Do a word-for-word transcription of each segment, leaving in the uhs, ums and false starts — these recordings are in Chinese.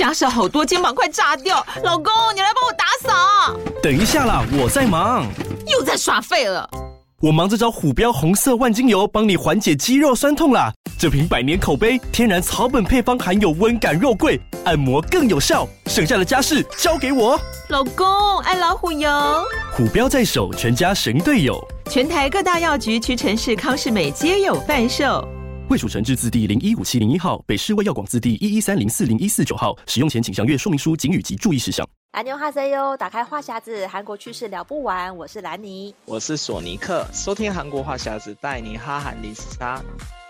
家事好多，肩膀快炸掉。老公，你来帮我打扫。 等一下啦，我在忙。 又在耍废了。 我忙着找虎标红色万金油，帮你缓解肌肉酸痛啦。这瓶百年口碑，天然草本配方，含有温感肉桂，按摩更有效。剩下的家事交给我。 老公，爱老虎油。 虎标在手，全家神队友。 全台各大药局、屈臣氏、康是美皆有贩售。 卫署成字字第零一五七零一号，北市卫药广字第一一三零四零一四九号。使用前请详阅说明书、警语及注意事项。 안녕하세요，打开话匣子，韩国趣事聊不完。我是兰妮， 我是索尼克，收听韩国话匣子，带你哈韩离时差。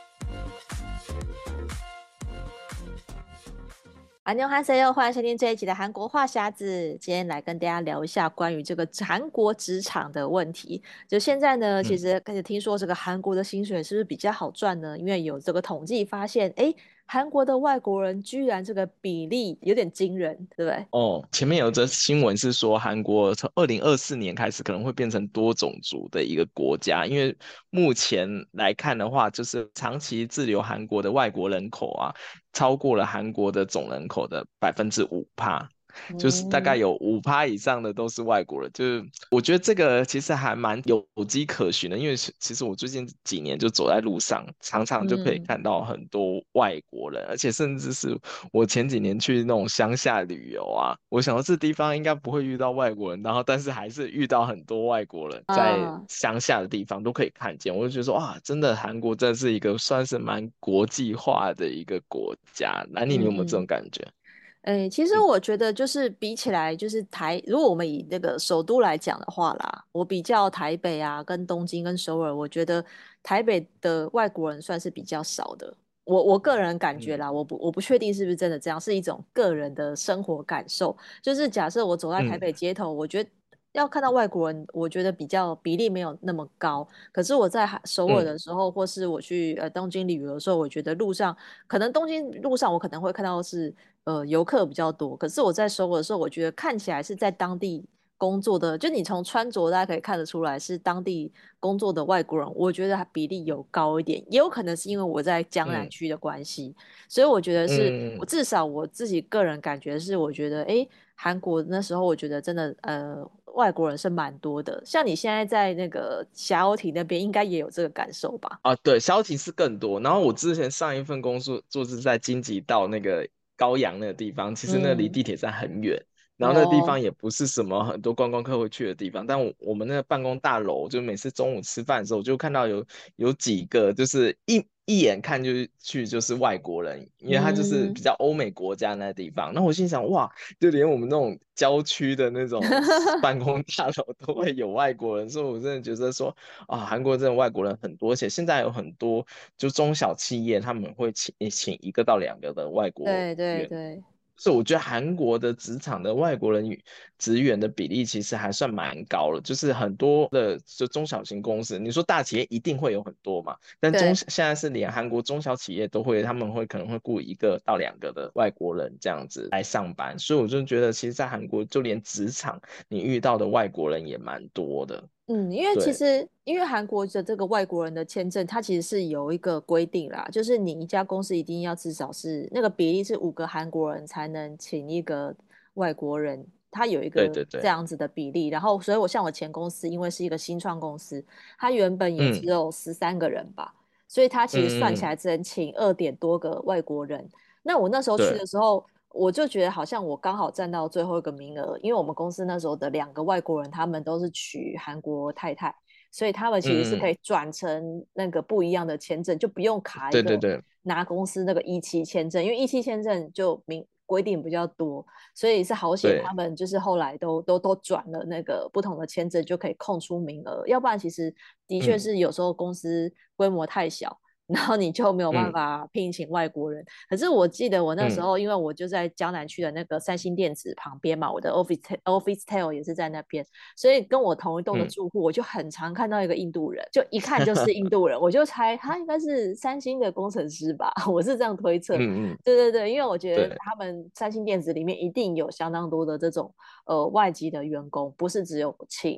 안녕하세요，欢迎收听这一集的韩国话匣子。今天来跟大家聊一下关于这个韩国职场的问题。就现在呢，其实开始听说这个韩国的薪水是不是比较好赚呢？因为有这个统计发现，哎。韩国的外国人居然这个比例有点惊人，对不对？ 哦，前面有则新闻是说，韩国从二零二四年开始可能会变成多种族的一个国家，因为目前来看的话，就是长期滞留韩国的外国人口啊，超过了韩国的总人口的百分之五趴。就是大概有五趴以上的都是外国人，就是我觉得这个其实还蛮有迹可循的，因为其实我最近几年就走在路上，常常就可以看到很多外国人，嗯、而且甚至是我前几年去那种乡下旅游啊，我想到这地方应该不会遇到外国人，然后但是还是遇到很多外国人在乡下的地方都可以看见，我就觉得说哇，真的韩国真的是一个算是蛮国际化的一个国家。兰妮，你有没有这种感觉？ 欸，其实我觉得就是比起来，就是台，如果我们以那个首都来讲的话啦，我比较台北啊，跟东京跟首尔，我觉得台北的外国人算是比较少的。我我个人感觉啦，嗯、我不我不确定是不是真的这样，是一种个人的生活感受。就是假设我走在台北街头，嗯、我觉得要看到外国人，我觉得比较比例没有那么高。可是我在首尔的时候，嗯、或是我去呃东京旅游的时候，我觉得路上可能东京路上我可能会看到是。呃，游客比较多，可是我在首尔的时候，我觉得看起来是在当地工作的，就你从穿着大家可以看得出来是当地工作的外国人，我觉得比例有高一点，也有可能是因为我在江南区的关系，嗯、所以我觉得是、嗯、我至少我自己个人感觉是，我觉得哎，韩国那时候我觉得真的呃外国人是蛮多的，像你现在在那个霞欧町那边，应该也有这个感受吧？ 啊，对，霞欧町是更多，然后我之前上一份工作做是在京畿道那个。高阳那个地方，其实那离地铁站很远，嗯、然后那个地方也不是什么很多观光客会去的地方。但我我们那个办公大楼，就每次中午吃饭的时候，我就看到有有几个，就是一一眼看就去就是外国人，因为他就是比较欧美国家那地方。那、嗯、我心想，哇，就连我们那种郊区的那种办公大楼都会有外国人，所以我真的觉得说，啊，韩国真的外国人很多，而且现在有很多就中小企业他们会请请一个到两个的外国员， 对对对。 所以我觉得韩国的职场的外国人职员的比例其实还算蛮高了，就是很多的就中小型公司，你说大企业一定会有很多嘛，但中现在是连韩国中小企业都会，他们会可能会雇一个到两个的外国人这样子来上班，所以我就觉得其实在韩国就连职场你遇到的外国人也蛮多的。 嗯，因为其实因为韩国的这个外国人的签证，它其实是有一个规定啦，就是你一家公司一定要至少是那个比例是五个韩国人才能请一个外国人，它有一个这样子的比例。对对对，然后，所以我像我前公司，因为是一个新创公司，它原本也只有十三个人吧，嗯、所以它其实算起来只能请二点多个外国人。嗯、那我那时候去的时候。我就觉得好像我刚好占到最后一个名额，因为我们公司那时候的两个外国人，他们都是娶韩国太太，所以他们其实是可以转成那个不一样的签证，嗯、就不用卡一个拿公司那个一期签证，因为一期签证就明规定比较多，所以是好险他们就是后来都都都转了那个不同的签证，就可以空出名额，要不然其实的确是有时候公司规模太小。嗯然后你就没有办法聘请外国人。嗯、可是我记得我那时候，因为我就在江南区的那个三星电子旁边嘛，我的 office office tail 也是在那边，所以跟我同一栋的住户，嗯、我就很常看到一个印度人，就一看就是印度人，我就猜他应该是三星的工程师吧，我是这样推测。嗯嗯，对对对，因为我觉得他们三星电子里面一定有相当多的这种呃外籍的员工，不是只有请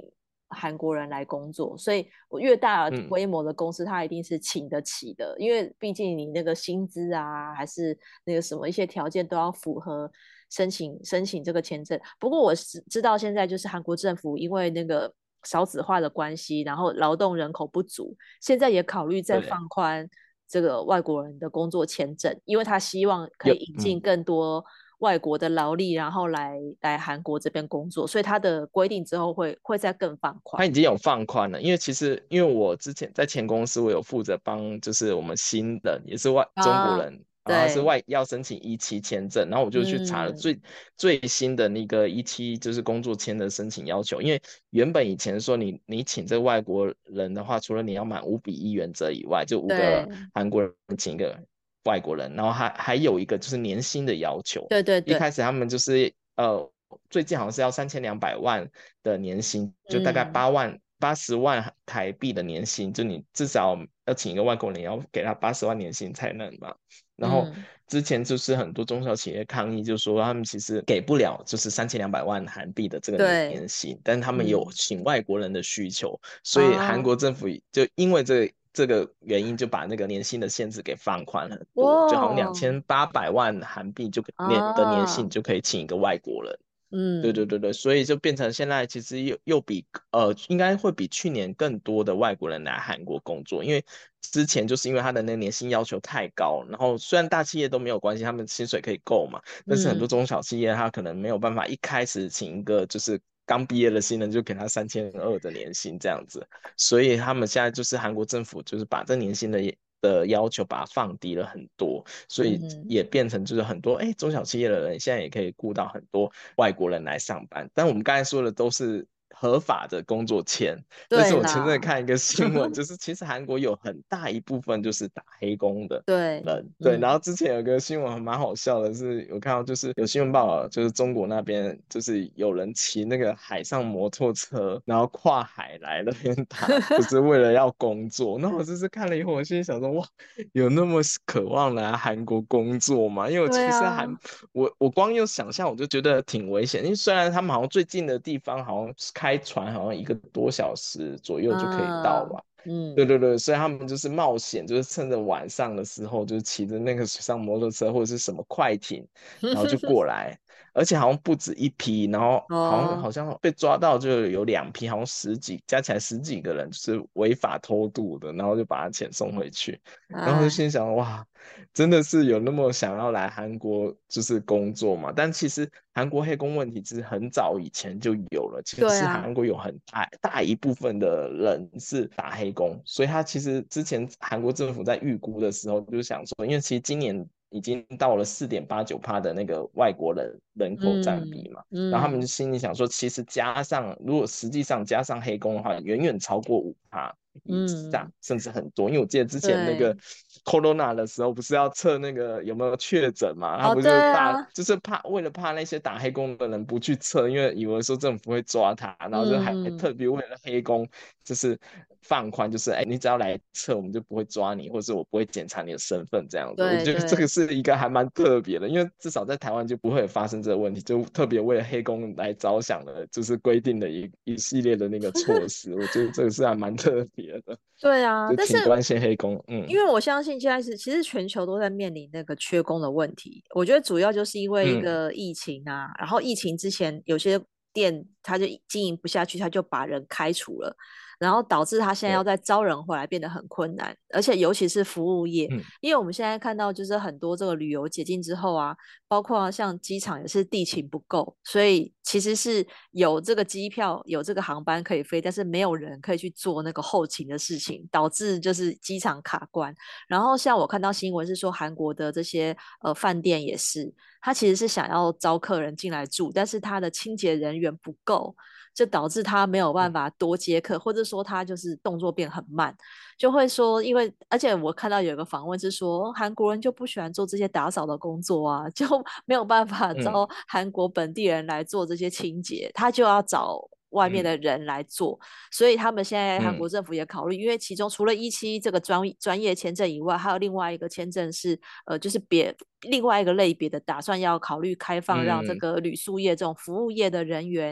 韩国人来工作，所以我越大嗯规模的公司，它一定是请得起的，因为毕竟你那个薪资啊，还是那个什么一些条件都要符合申请申请这个签证。不过我是知道现在就是韩国政府因为那个少子化的关系，然后劳动人口不足，现在也考虑再对， 放宽这个外国人的工作签证，因为他希望可有以引进嗯。 更多外国的劳力，然后来来韩国这边工作，所以他的规定之后会会再更放宽。 它已经有放宽了，因为其实因为我之前在前公司，我有负责帮，就是我们新人也是外中国啊， 人，然后是对， 外要申请一期签证，然后我就去查了嗯最最新的那个一期就是工作签的申请要求，因为原本以前说你你请这个外国人的话，除了你要满五比一原则以外，就五个对韩国人请一个外国人，然后还还有一个就是年薪的要求， 对对对， 一开始他们就是呃。最近好像是要三千两百万的年薪，就大概嗯八万八十万台币的年薪，就你至少要请一个外国人，也要给他八十万年薪才能嘛。然后嗯之前就是很多中小企业抗议，就说他们其实给不了就是三千两百万韩币的这个对， 年薪，但是他们有嗯请外国人的需求，所以韩啊， 国政府就因为这个这个原因，就把那个年薪的限制给放宽很多，就好像两哇千八百万韩币就年的年薪啊， 就可以请一个外国人。对对嗯对对，所以就变成现在其实又又比呃，应该会比去年更多的外国人来韩国工作，因为之前就是因为他的那个年薪要求太高，然后虽然大企业都没有关系，他们薪水可以够嘛，但是很多嗯中小企业他可能没有办法一开始请一个就是刚毕业的新人就给他三千二的年薪这样子，所以他们现在就是韩国政府就是把这年薪的的要求把它放低了很多，所以嗯， 也变成就是很多哎中小企业的人现在也可以雇到很多外国人来上班。但我们刚才说的都是合法的工作签，但是对我前阵子啦， 看一个新闻，就是其实韩国有很大一部分就是打黑工的。 对， 人对，然后嗯之前有个新闻还蛮好笑的是，有看到就是有新闻报道，就是中国那边就是有人骑那个海上摩托车，然后跨海来那边打，就是为了要工作。那我就是看了以后，我心里想说，哇，有那么渴望来韩国工作吗？因为我对其实还啊， 我我光用想象我就觉得挺危险，因为虽然他们好像最近的地方好像是开船好像一个多小时左右就可以到嗯吧。对嗯对对，所以他们就是冒险，就是趁着晚上的时候，就是骑着那个水上摩托车或者是什么快艇，然后就过来，而且好像不止一批，然后好像哦， 好像被抓到就有两批，好像十几，加起来十几个人，就是违法偷渡的，然后就把他钱送回去，然后就哎， 心想，哇，真的是有那么想要来韩国就是工作嘛？但其实韩国黑工问题其实很早以前就有了，其实对啊， 韩国有很大大一部分的人是打黑工，所以他其实之前韩国政府在预估的时候就想说，因为其实今年已经到了四点八九趴的那个外国人人口占比嗯嘛，然后他们就嗯心里想说，其实加上如果实际上加上黑工的话，远远超过五趴。以上， 嗯， 甚至很多。因为我记得之前那个对， corona 的时候，不是要测那个有没有确诊嘛？他哦， 不对就大啊， 就是怕为了怕那些打黑工的人不去测，因为以为说政府会抓他，然后就还还嗯， 特别为了黑工就是放宽，就是哎，你只要来测，我们就不会抓你，或是我不会检查你的身份这样子。我觉得这个对对。 是一个还蛮特别的，因为至少在台湾就不会发生这个问题，就特别为了黑工来着想的，就是规定的一一系列的那个措施。我觉得这个是还蛮特别的。 对啊，但是就挺关心黑工，嗯因为我相信现在是其实全球都在面临那个缺工的问题。我觉得主要就是因为一嗯， 个疫情啊，然后疫情之前有些店它就经营不下去，它就把人开除了，然后导致他现在要对， 再招人回来变得很困难，而且尤其是服务业， 嗯因为我们现在看到就是很多这个旅游解禁之后啊，包括像机场也是地勤不够，所以其实是有这个机票有这个航班可以飞，但是没有人可以去做那个后勤的事情，导致就是机场卡关。然后像我看到新闻是说韩国的这些呃饭店也是，他其实是想要招客人进来住，但是他的清洁人员不够。就导致他没有办嗯法多接客，或者说他就是动作变很慢，就会说，因为而且我看到有一个访问是说，韩国人就不喜欢做这些打扫的工作啊，就没有办法嗯招韩国本地人来做这些清洁，他就要找外面嗯的人来做，所以他们现在韩嗯国政府也考虑，因为其中除了一期这个专专业签证以外，还有另外一个签证是呃，就是别另外一个类别的，打算要考虑开放，让这嗯个旅宿业这种服务业的人员。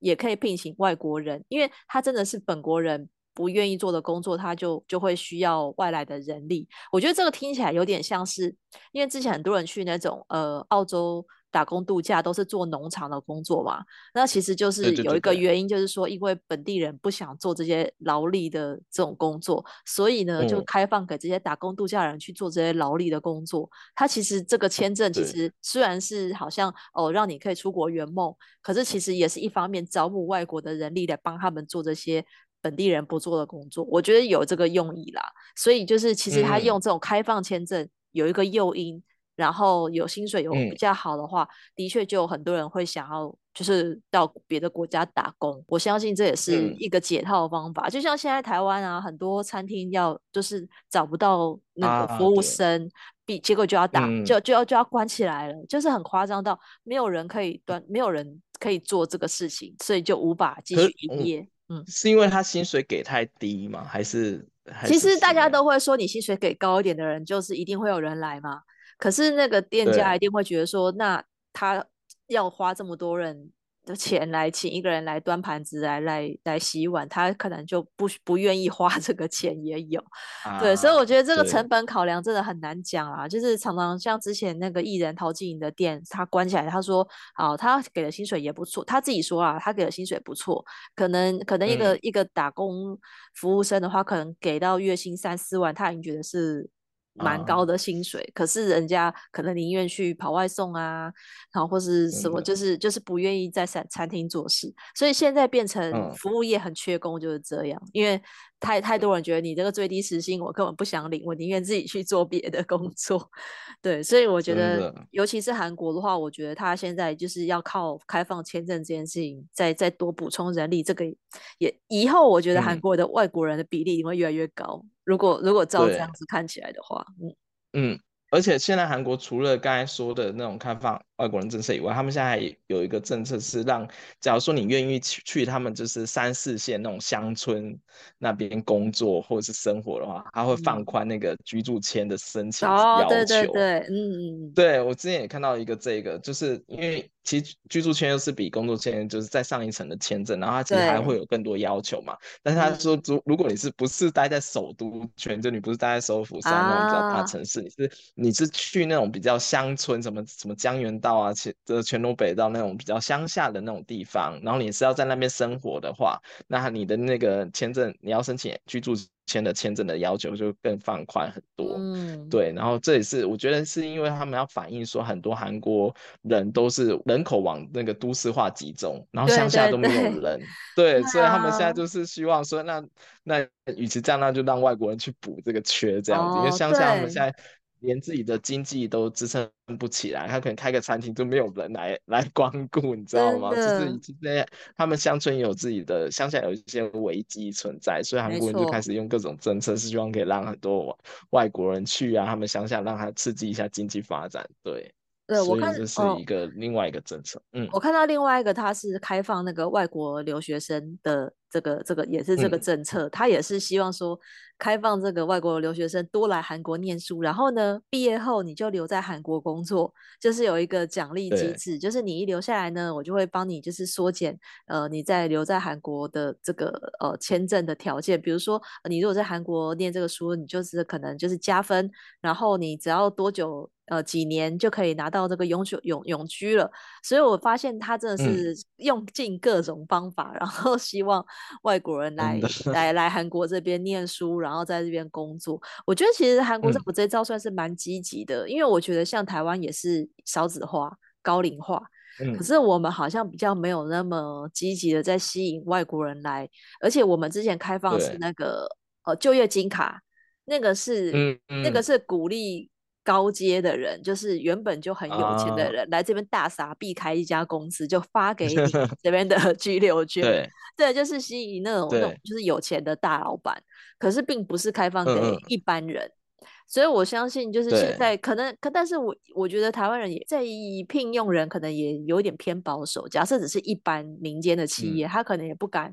也可以聘请外国人，因为他真的是本国人不愿意做的工作，他就就会需要外来的人力。我觉得这个听起来有点像是，因为之前很多人去那种呃澳洲打工度假都是做农场的工作嘛，那其实就对是有一个对对对， 原因，就是说因为本地人不想做这些劳力的这种工作，所以呢就嗯， 开放给这些打工度假人去做这些劳力的工作。他其实这个签证其对， 实虽然是好像哦让你可以出国圆梦，可是其实也是一方面招募外国的人力来帮他们做这些本地人不做的工作，我觉得有这个用意啦。所以就是其实他嗯用这种开放签证有一个诱因，然后有薪水有比嗯较好的话，的确就有很多人会想要就是到别的国家打工。我相信这也是嗯一个解套的方法。就像现在台湾啊，很多餐厅要就是找不到那个服啊，对， 务生，必结果就要打嗯， 就就要就要关起来了，就是很夸张到没有人可以端，没有人可以做这个事情，所以就无法继续可是嗯， 营业。嗯。 是因为他薪水给太低吗？还是还其是实大家怎么样？ 都会说，你薪水给高一点的人，就是一定会有人来嘛。可是那个店家对， 一定会觉得说，那他要花这么多人的钱来请一个人来端盘子、来来来洗碗，他可能就不不愿意花这个钱，也有。对，所以啊， 我觉得这个对， 成本考量真的很难讲啊。就是常常像之前那个艺人陶晶莹的店，他关起来，他说，啊，他给的薪水也不错，他自己说啊，他给的薪水不错，可能可能一个嗯一个打工服务生的话，可能给到月薪三四万，他已经觉得是蛮高啊， 的薪水。可是人家可能宁愿去跑外送啊，然后或是什么， 真的， 就是就是不愿意在餐餐厅做事。所以现在变成嗯， 服务业很缺工，就是这样。因为太太多人觉得你这个最低时薪我根本不想领，我宁愿自己去做别的工作。对，所以我觉得， 真的， 尤其是韩国的话，我觉得他现在就是要靠开放签证这件事情，再再多补充人力，这个也以后我觉得韩嗯， 国的外国人的比例会越来越高。如果如果照这样对。 子看起来的话，嗯， 嗯，而且现在韩国除了刚才说的那种开放外国人政策以外，他们现在还有一个政策是让，假如说你愿意去去他们就是三四线那种乡村那边工作或者是生活的话，他会放嗯， 宽那个居住签的申请哦，对对要求。 对，嗯嗯嗯， 对，我之前也看到一个这个，就是因为其实居住签又是比工作签就是在上一层的签证，然后它其实还会对， 有更多要求嘛。但是他说， 嗯如如果你是不是待在首都圈，就你不是待在首府山那种比较大啊， 城市，你是你是去那种比较乡村，什么什么江原道啊、全呃全罗北道那种比较乡下的那种地方，然后你是要在那边生活的话，那你的那个签证你要申请居住签的签证的要求就更放宽很多。 嗯， 对，然后这也是我觉得是因为他们要反映说很多韩国人都是人口往那个都市化集中，然后对对乡下都没有对， 人， 对对，所以他们现在啊， 就是希望说，那那与其这样，那就让外国人去补这个缺，这样子，因为哦， 乡下他们现对， 在连自己的经济都支撑不起来，他可能开个餐厅就没有人来来光顾，你知道真吗？就是已的经在他们乡村有自己的乡下有一些危机存在，所以韩国人就开没错。 始用各种政策，是希望可以让很多外国人去啊，他们乡下让他刺激一下经济发展，对， 对，我看所以这是一哦， 个另外一个政策，嗯我看到另外一个，他是开放那个外国留学生的这个这个也是这个嗯， 政策，他也是希望说开放这个外国留学生多来韩国念书，然后呢，毕业后你就留在韩国工作，就是有一个奖励机对， 制，就是你一留下来呢，我就会帮你就是缩减呃你在留在韩国的这个呃签证的条件，比如说呃你如果在韩国念这个书，你就是可能就是加分，然后你只要多久。呃，几年就可以拿到这个永久永永居了，所以我发现他真的嗯， 是用尽各种方法，然后希望外国人来真的， 来来韩国这边念书，然后在这边工作。我觉得其实韩国政嗯府这招算是蛮积极的，因为我觉得像台湾也是少子化、高龄化，可嗯， 是我们好像比较没有那么积极的在吸引外国人来，而且我们之前开放是对， 那个呃就业金卡，那个是嗯嗯那个是鼓励高阶的人，就是原本就很有钱的啊， 人来这边大傻逼开一家公司，就发给你这边的居留权。 对对，就是吸引那种那种对， 就是有钱的大老板，可是并不是开放给嗯嗯一般人。所以我相信，就是现对， 在可能，可但是我我觉得台湾人也在聘用人，可能也有一点偏保守。假设只是一般民间的企业， 嗯他可能也不敢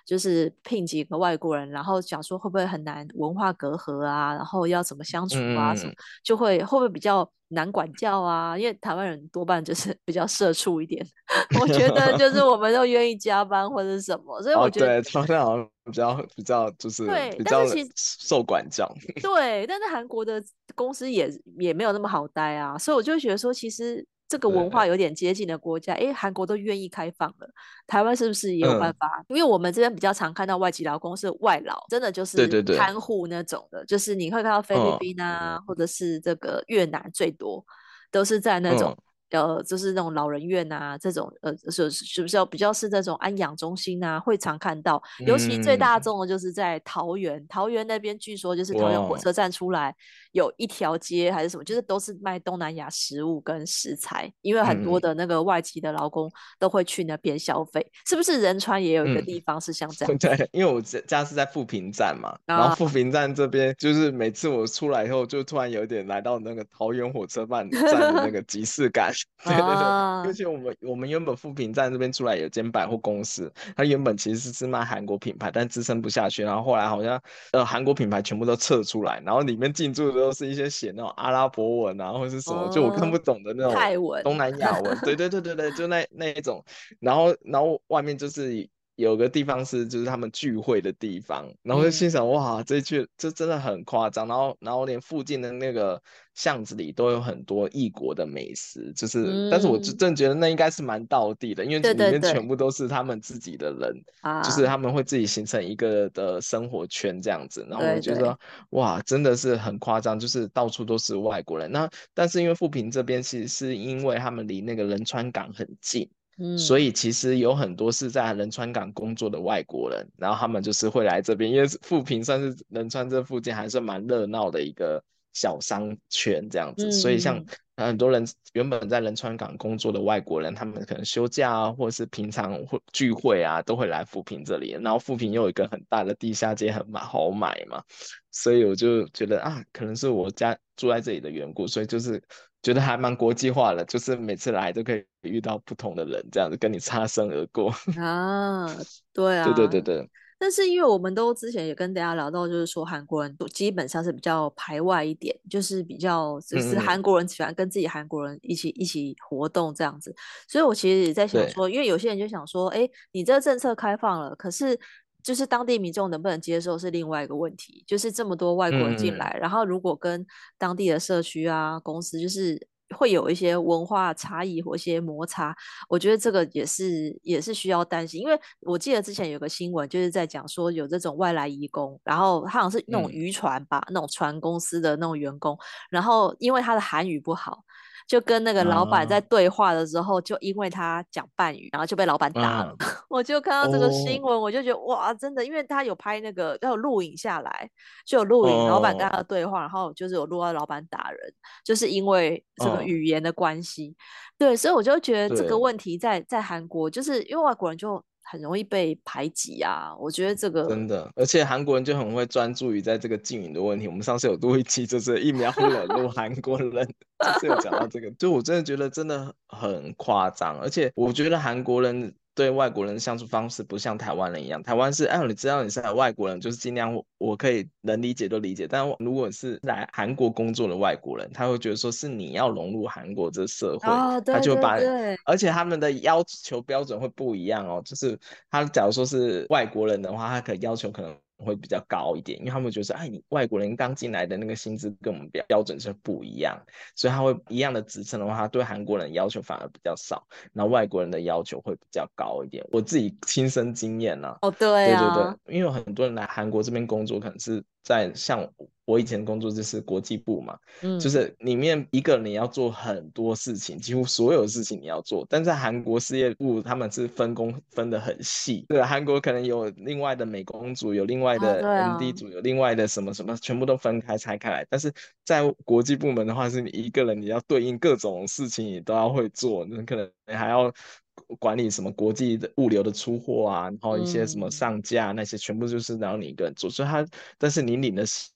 就是聘几个外国人，然后讲说会不会很难文化隔阂啊，然后要怎么相处啊什么， 嗯， 就会会不会比较难管教啊？因为台湾人多半就是比较社畜一点，我觉得就是我们都愿意加班或者是什么，所以我哦， 觉得对，台湾好像比较比较就是对， 比较但是其实受管教。 对，但是韩国的公司也也没有那么好待啊，所以我就觉得说，其实这个文化对， 有点接近的国家，诶，韩国都愿意开放了，台湾是不是也有办嗯， 法？因为我们这边比较常看到外籍劳工是外劳，真的就是对对对， 看护那种的，就是你会看到菲律嗯宾啊，或者是这个越南最多，都是在那种。 嗯呃，就是那种老人院啊，这种呃，是是不是比较是这种安养中心啊，会常看到。尤其最大嗯， 众的就是在桃园，桃园那边据说就是桃园火哇， 车站出来有一条街还是什么，就是都是卖东南亚食物跟食材，因为很多嗯的那个外籍的劳工都会去那边消费，是不是仁川也有一个嗯。 地方是像这样子对，因为我家家是在富平站嘛，然后啊？ 富平站这边就是每次我出来以后，就突然有点来到那个桃园火车站站的那个即视感。对对对，而啊， 且我们我们原本富平站这边出来有间百货公司，它原本其实是卖韩国品牌，但支撑不下去，然后后来好像呃韩国品牌全部都撤出来，然后里面进驻的都是一些写那种阿拉伯文啊，或者是什么，就我看嗯， 不懂的那种泰文， 东南亚文。对对对对对，就那那一种。然后然后外面就是有个地方是就是他们聚会的地方，然后就心嗯想哇，这句这真的很夸张，然后然后连附近的那个巷子里都有很多异国的美食，就是但是我就嗯， 真的觉得那应该是蛮道地的，因为对里面全对对部都是他们自己的人，就是啊， 他们会自己形成一个的生活圈这样子，然后我对对， 就觉得哇，真的是很夸张，就是到处都是外国人。那但是因为富平这边其实是因为他们离那个仁川港很近。所嗯以其实有很多是在仁川港工作的外国人，然后他们就是会来这边，因为富平算是仁川这附近还是蛮热闹的一个小商圈这样子，所以像嗯嗯呃很多人原本在仁川港工作的外国人，他们可能休假啊，或者是平常会聚会啊，都会来富平这里。然后富平又有一个很大的地下街，很买好买嘛，所以我就觉得啊，可能是我家住在这里的缘故，所以就是觉得还蛮国际化的，就是每次来都可以遇到不同的人，这样子跟你擦身而过。 啊，对对对啊， 对对， 但是因为我们都之前也跟大家聊到，就是说韩国人都基本上是比较排外一点，就是比较就是嗯嗯嗯， 韩国人喜欢跟自己韩国人一起一起活动这样子，所以我其实也在想对， 说，因为有些人就想说，哎，你这个政策开放了，可是就是当地民众能不能接受是另外一个问题，就是这么多外国人进嗯嗯来，然后如果跟当地的社区啊公司就是会有一些文化差异或一些摩擦，我觉得这个也是也是需要担心，因为我记得之前有个新闻就是在讲说有这种外来移工，然后他好像是那种嗯， 渔船吧，那种船公司的那种员工，然后因为他的韩语不好，就跟那个老板在啊对话的时候，就因为他讲半语，然后就被老板打了。 啊我就看到这个新哦闻，我就觉得哇，真的，因为他有拍那个，要有录影下来，就有录影老板跟他哦的对话，然后就是有录到老板打人，就是因为这个哦， 语言的关系。对，所以我就觉得这个对。 问题在在韩国，就是因为外国人就很容易被排挤啊。我觉得这个真的，而且韩国人就很会专注于在这个禁语的问题。我们上次有录一期，就是疫苗惹怒韩国人，就是有讲到这个。就我真的觉得真的很夸张，而且我觉得韩国人对外国人的相处方式不像台湾人一样。台湾是，哎，你知道你是外国人，就是尽量我我可以能理解就理解。但如果是来韩国工作的外国人，他会觉得说是你要融入韩国这个社会， 哦，对对他就会把对， 而且他们的要求标准会不一样哦，就是他假如说是外国人的话，他可能要求可能会比较高一点，因为他们觉得哎，你外国人刚进来的那个薪资跟我们标标准是不一样，所以他会一样的职称的话，他对韩国人要求反而比较少，然后外国人的要求会比较高一点。我自己亲身经验呢、啊， 哦对对对对， 啊， 因为有很多人来韩国这边工作，可能是在像我以前工作就是国际部嘛。就嗯， 是里面一个人你要做很多事情，几乎所有事情你要做，但在韩国事业部他们是分工分得很细，对，韩国可能有另外的美工组，有另外啊的对 M D 啊， 组，有另外的什么什么，全部都分开拆开来。但是在国际部门的话，是你一个人你要对应各种事情，你都要会做，你可能还要管理什么国际的物流的出货啊，然后一些什么嗯上架那些，全部就是让你一个人做，所以他但是你领的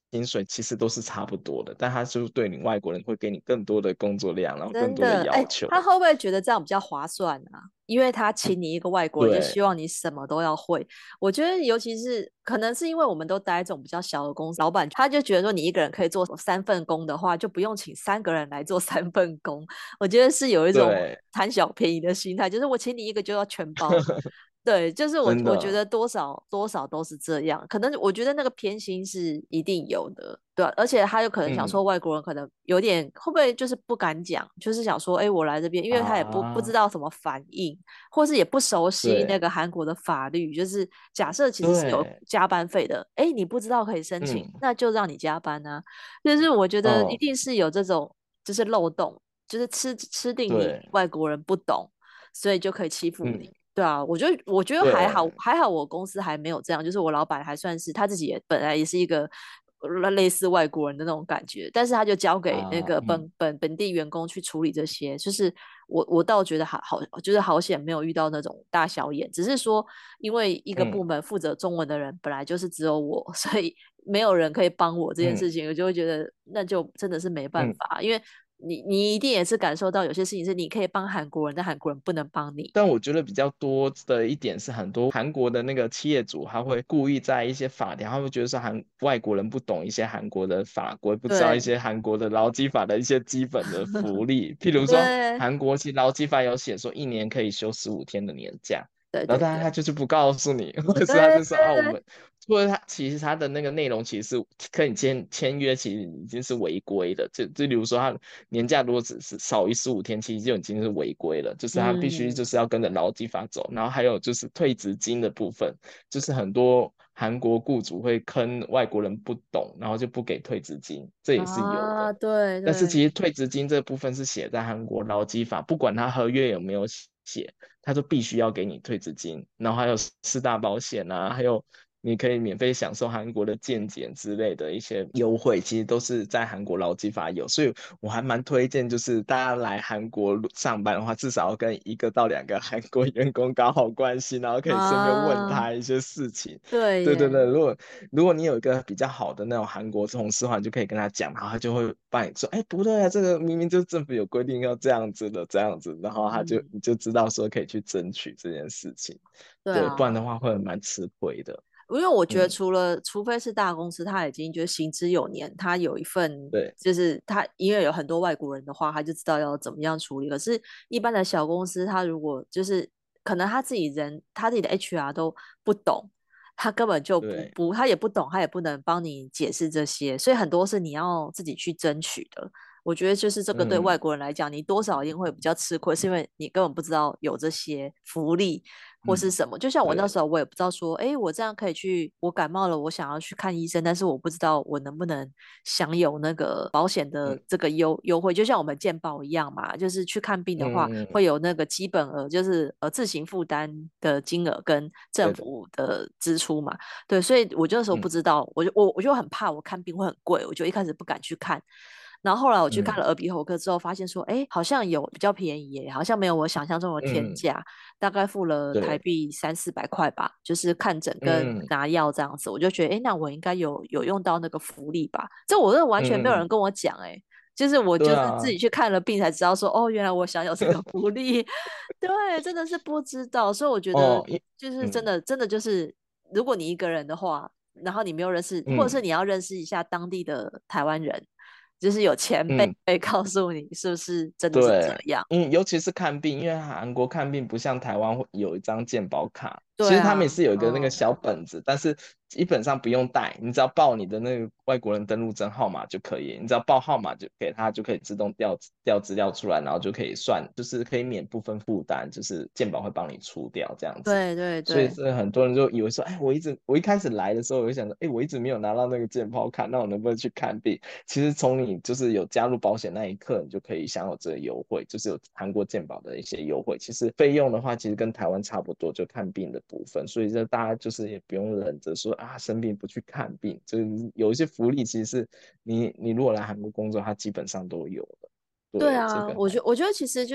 薪水其实都是差不多的，但他就对你外国人会给你更多的工作量，然后更多的真的，哎， 要求。 他会不会觉得这样比较划算啊？因为他请你一个外国人，就对希望你什么都要会。我觉得，尤其是可能是因为我们都待这种比较小的公司，老板他就觉得说你一个人可以做三份工的话，就不用请三个人来做三份工。我觉得是有一种对， 贪小便宜的心态，就是我请你一个就要全包。对，就是我，我觉真的， 得多少多少都是这样，可能我觉得那个偏心是一定有的，对啊，而且他有可能想说嗯外国人可能有点会不会就是不敢讲，就是想说，哎，我来这边，因为他也不不知啊， 道怎么反应，或是也不熟悉那对个韩国的法律，就是假设其实是有对， 加班费的，哎，你不知道可以申请， 嗯那就让你加班啊，就是我觉得一哦， 定是有这种就是漏洞，就是吃吃定你对， 外国人不懂，所以就可以欺负嗯你。对啊，我觉得我觉得还好， 对， 还好我公司还没有这样，就是我老板还算是他自己也本来也是一个呃类似外国人的那种感觉，但是他就交给那啊， 个嗯本本本地员工去处理这些，就是我我倒觉得好好，就是好险没有遇到那种大小眼，只是说因为一个部嗯门负责中文的人本来就是只有我，所以没有人可以帮我这件嗯事情，我就会觉得那就真的是没办嗯。 法，因为你你一定也是感受到有些事情是你可以帮韩国人，但韩国人不能帮你。 但我觉得比较多的一点是，很多韩国的那个企业主，他会故意在一些法条，他会觉得说韩外国人不懂一些韩国的法规，不知道一对些韩国的劳基法的一些基本的福利。譬如说， 对韩国其实劳基法有写说一年可以休十五天的年假，然后但是他对对对就是不告诉你，或者是他对就说啊，我们或者他其实他的那个内容其实是跟你签签约，其实已经是违规的。就就比如说他年假如果只是少于十五天，其实就已经是违规了，就是他必须就嗯是要跟着劳基法走。然后还有就是退职金的部分，就是很多韩国雇主会坑外国人不懂，然后就不给退职金，这也是有啊， 的。 对对但是其实退职金这部分是写在韩国劳基法，不管他合约有没有写，他就必须要给你退职金，然后还有四大保险啊，还有你可以免费享受韩国的健检之类的一些优惠，其实都是在韩国劳基法有，所以我还蛮推荐，就是大家来韩国上班的话，至少要跟一个到两个韩国员工搞好关系，然后可以顺便问啊， 他一些事情。 对耶， 对对对，如果如果你有一个比较好的那种韩国同事的话，你就可以跟他讲，然后他就会帮你说，哎，不对啊，这个明明就是政府有规定要这样子的，这样子，然后他就嗯， 你就知道说可以去争取这件事情，对，不然对啊， 的话会蛮吃亏的。 因为我觉得嗯， 除了除非是大公司，他已经就是行之有年，他有一份对就是他因为有很多外国人的话，他就知道要怎么样处理。可是，一般的小公司，他如果就是可能他自己人他自己的 H R 都不懂，他根本就不对， 不他也不懂，他也不能帮你解释这些，所以很多是你要自己去争取的。我觉得就是这个对外嗯国人来讲，你多少一定会比较吃亏，是因为你根本不知道有这些福利或是嗯， 什么。就像我那对， 时候，我也不知道说，哎，我这样可以去，我感冒了，我想要去看医生，但是我不知道我能不能享有那个保险的嗯这个优优惠，就像我们健保一样嘛，就是去看病的话， 嗯嗯，嗯会有那个基本额，就是呃自行负担的金额跟政对的， 府的支出嘛。对，所以我就那时候不嗯知道，我就我我就很怕我看病会很贵，我就一开始不敢去看。然后后来我去看嗯了耳鼻喉科之后，发现说，哎，好像有比较便宜耶，好像没有我想象中的天嗯， 价，大概付了台对， 币三四百块吧，就是看诊跟嗯拿药这样子。我就觉得，哎，那我应该有有用到那个福利吧？这我认为完全没有嗯嗯， 人跟我讲，哎，就是我就是自对啊， 己去看了病才知道说，哦，原来我享有这个福利，对，真的是不知道，所以我觉得哦，一就是真嗯的真的就是，如果你一个人的话，然后你没有认识，或者是嗯你要认识一下当地的台湾人，就是有前辈嗯。 可以告诉你是不是真的是这对， 样。 嗯，尤其是看病，因为韩国看病不像台湾会有一张健保卡，其实他们也对啊， 是有一个那个嗯， 小本子，但是基本上不用带，你只要报你的那个外国人登录证号码就可以，你只要报号码就给他，就可以自动调调资料出来，然后就可以算，就是可以免部分负担，就是健保会帮你出掉这样子。 对对所以对， 这很多人就以为说，哎，我一直我一开始来的时候，我就想说，哎，我一直没有拿到那个健保卡，那我能不能去看病？其实从你就是有加入保险那一刻，你就可以享有这个优惠，就是有韩国健保的一些优惠。其实费用的话，其实跟台湾差不多，就看病的部分。所以这大家就是也不用忍着说啊生病不去看病，就是有一些福利，其实是你你如果来韩国工作，它基本上都有的。对，这对啊， 个还我觉我觉得其实就是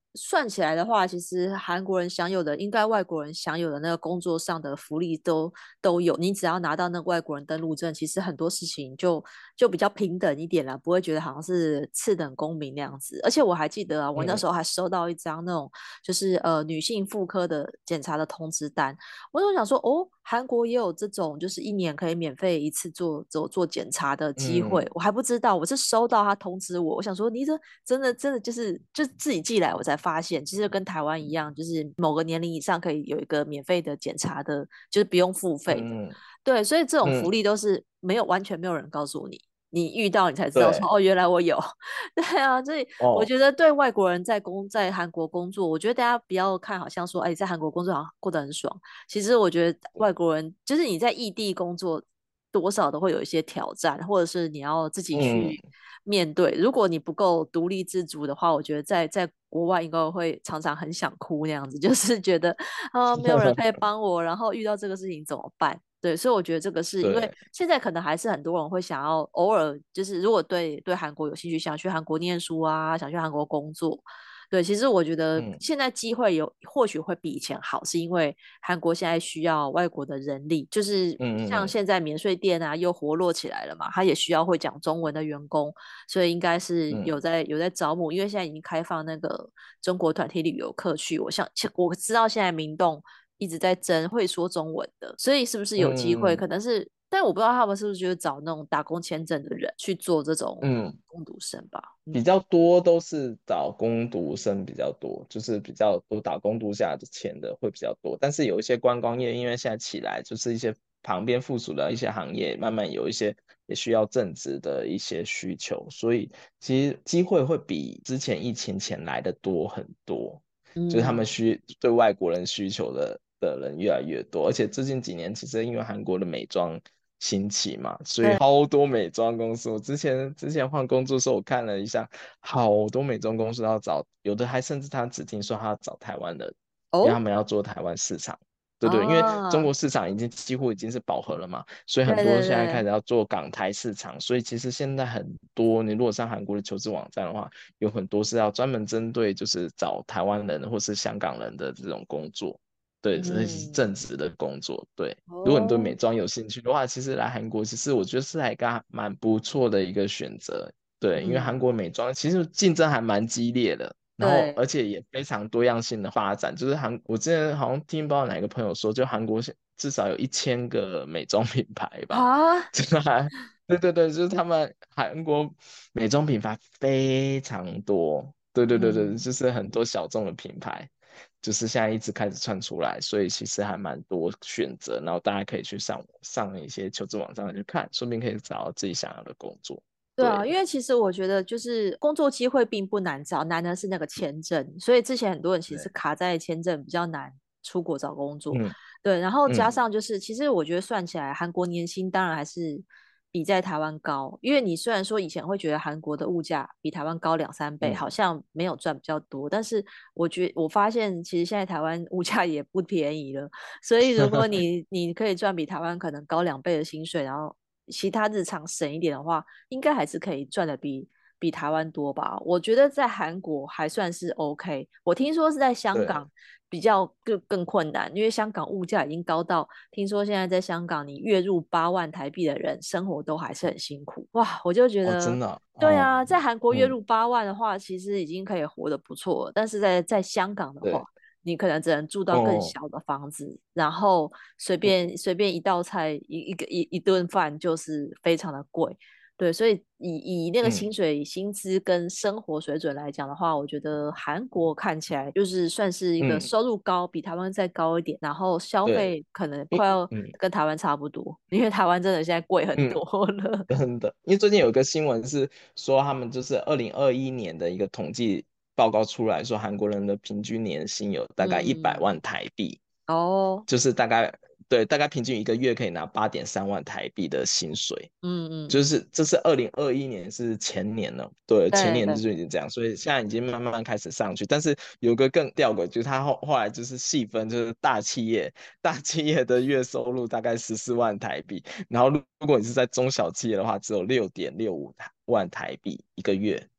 算起来的话，其实韩国人享有的，应该外国人享有的那个工作上的福利都都有。你只要拿到那个外国人登录证，其实很多事情就就比较平等一点了，不会觉得好像是次等公民那样子。而且我还记得啊，我那嗯时候还收到一张那种就是呃女性妇科的检查的通知单，我就想说，哦，韩国也有这种就是一年可以免费一次做做做检查的机会， 嗯我还不知道，我是收到他通知我，我想说，你这真的真的就是就自己寄来，我才发现，其实跟台湾一样，就是某个年龄以上可以有一个免费的检查的，就是不用付费的。 嗯对，所以这种福嗯， 利都是没有完全没有人告诉你，你遇到你才知道说， 对哦，原来我有。对啊，所以我哦， 觉得对外国人在工在韩国工作，我觉得大家不要看好像说，哎，在韩国工作好像过得很爽。其实我觉得外国人就是你在异地工作，多少都会有一些挑战，或者是你要自己嗯去面对。如果你不够独立自主的话，我觉得在在国外应该会常常很想哭那样子，就是觉得啊没有人可以帮我，然后遇到这个事情怎么办？对，所以我觉得这个是因为对， 现在可能还是很多人会想要偶尔就是如果对对韩国有兴趣，想去韩国念书啊，想去韩国工作。对，其实我觉得嗯现在机会有或许会比以前好，是因为韩国现在需要外国的人力，就是像嗯嗯现在免税店啊又活络起来了嘛，它也需要会讲中文的员工，所以应该是嗯有在有在招募，因为现在已经开放那个中国团体旅游课去，我想我知道现在明洞一直在争会说中文的，所以是不是有机会？ 嗯可能是，但我不知道他们是不是就是找那种打工签证的人去做这种嗯嗯。 工读生吧？嗯比较多都是找工读生比较多，就是比较多打工度假的钱的会比较多，但是有一些观光业，因为现在起来就是一些旁边附属的一些行业，慢慢有一些也需要正职的一些需求，所以其实机会会比之前疫情前来的多很多，就是他们嗯， 需对外国人需求的的人越来越多，而且最近几年其实因为韩国的美妆兴起嘛，所以对， 超多美妆公司。我之前之前换工作的时候，我看了一下，好多美妆公司要找，有的还甚至他指定说他要找台湾人，因为他哦们要做台湾市场。对对，因为中啊， 国市场已经几乎已经是饱和了嘛，所以对很多现在开对对， 始要做港台市场，所以其实现在很多你如果上韩国的求职网站的话，有很多是要专门针对就是找台湾人或是香港人的这种工作，对，这是嗯， 正职的工作，对。如果你对美哦， 妆有兴趣的话，其实来韩国其实我觉得是还个蛮不错的一个选择。对，因为韩嗯， 国美妆其实竞争还蛮激烈的，然后对而且也非常多样性的发展。就是韩，我之前好像听不知道哪个朋友说，就韩国现至少有一千个美妆品牌吧， 啊， 真的还，对对对，就是他们韩国美妆品牌非常多，对对对对， 嗯。 就是很多小众的品牌。就是现在一直开始窜出来，所以其实还蛮多选择，然后大家可以去上上一些求职网站去看，说不定可以找到自己想要的工作。 对啊，因对为其实我觉得就是工作机会并不难找，难的是那个签证，所以之前很多人其实是对， 卡在签证比较难出国找工作。 嗯对，然后加嗯上就是，其实我觉得算起来，韩国年薪当然还是比在台湾高，因为你虽然说以前会觉得韩国的物价比台湾高两三倍，好嗯， 像没有赚比较多，但是我觉我发现其实现在台湾物价也不便宜了，所以如果你你可以赚比台湾可能高两倍的薪水，然后其他日常省一点的话，应该还是可以赚的比比台湾多吧？我觉得在韩国还算是 OK。我听说是在香对， 港比较更更困难，因为香港物价已经高到，听说现在在香港你月入八万台币的人生活都还是很辛苦。哇，我就觉哦， 得。 真的啊哦， 对啊，在韩国月嗯， 入八万的话，其实已经可以活得不错了。但是在在香港的话， 对， 你可能只能住到更哦， 小的房子，然后随嗯便随便一道菜一一个一一顿饭就是非常的贵，对，所以以以那个嗯薪水薪资跟生活水准来讲的话，我觉得韩国看起来就是算是一个嗯， 收入高，比台湾再高一点，然后消对， 费可能因快要嗯跟台湾差不多，因为台湾真的现在贵很嗯， 多了。 真的，因为最近有一个新闻是说，他们就是二零二一年的一个统计报告出来说，韩国人的平均年薪有大概一百嗯， 万台币。 哦， 就是大概对，大概平均一个月可以拿八点三万台币的薪水， 嗯嗯就是嗯， 这是二零二一年是前年了，对，前年对对， 就已经这样，所以现在已经慢慢开始上去，但是有个更吊诡，就是他后后来就是细分，就是大企业，大企业的月收入大概十四万台币，然后如如果你是在中小企业的话，只有六点六五万台币一个月。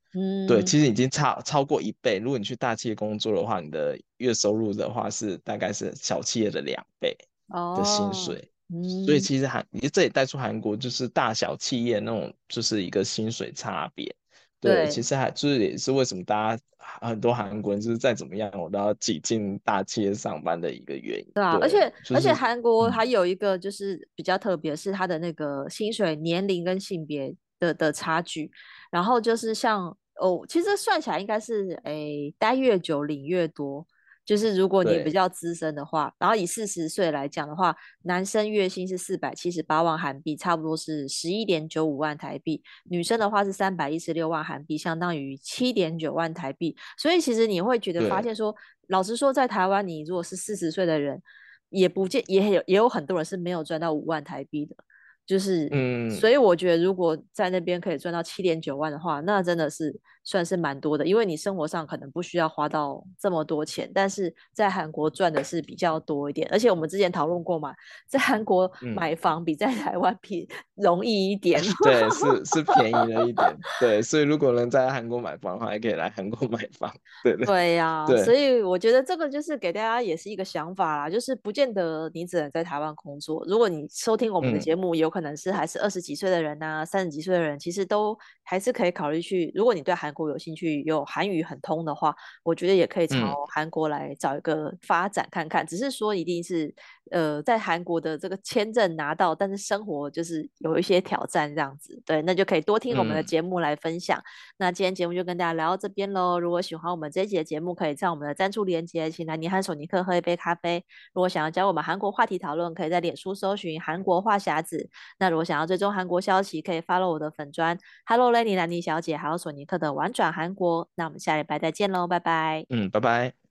对， 嗯， 其实已经超超过一倍。如果你去大企业工作的话，你的月收入的话是大概是小企业的两倍的薪哦， 水。所以嗯， 其实韩，这也带出韩国就是大小企业那种就是一个薪水差别。对，其对。 实还就是也是为什么大家很多韩国人就是再怎么样，我都要挤进大企业上班的一个原因。 对啊，而对， 且而且就是韩国还嗯， 有一个就是比较特别，是它的那个薪水年龄跟性别的的差距。然后就是像哦，其实算起来应该是诶，待越久领越多。就是如果你比对较资深的话，然后以四十岁来讲的话，男生月薪是四百七十八万韩币，差不多是十一点九五万台币；女生的话是三百一十六万韩币，相当于七点九万台币。所以其实你会觉得发对， 现说，老实说，在台湾，你如果是四十岁的人，也不见也有也有很多人是没有赚到五万台币的，就是所嗯以我觉得如果在那边可以赚到七点九万的话，那真的是算是蛮多的，因为你生活上可能不需要花到这么多钱，但是在韩国赚的是比较多一点，而且我们之前讨论过嘛，在韩国嗯。 买房比在台湾比容易一点。 对，是是便宜了一点，对，所以如果能在韩国买房的话，还可以来韩国买房，对对对呀，所对， 以我觉得这个就是给大家也是一个想法啦，就是不见得你只能在台湾工作。如果你收听我们的节嗯目，有可能是还是二十几岁的人呐、三十几岁的人，其实都还是可以考虑去。如果你对韩国有兴趣，有韩语很通的话，我觉得也可以朝嗯韩国来找一个发展看看。只是说一定是呃在韩国的这个签证拿到，但是生活就是有一些挑战这样子。对，那就可以多听我们的嗯节目来分享。那今天节目就跟大家聊到这边喽。如果喜欢我们这一集的节目，可以在我们的赞助连接，请来尼和索尼克喝一杯咖啡。如果想要加入我们韩国话题讨论，可以在脸书搜寻“韩国话匣子”。那如果想要追踪韩国消息，可以 follow 我的粉砖 Hello Lenny 兰妮小姐，还有索尼克的玩转韩国。那我们下礼拜再见喽，拜拜。 嗯，拜拜。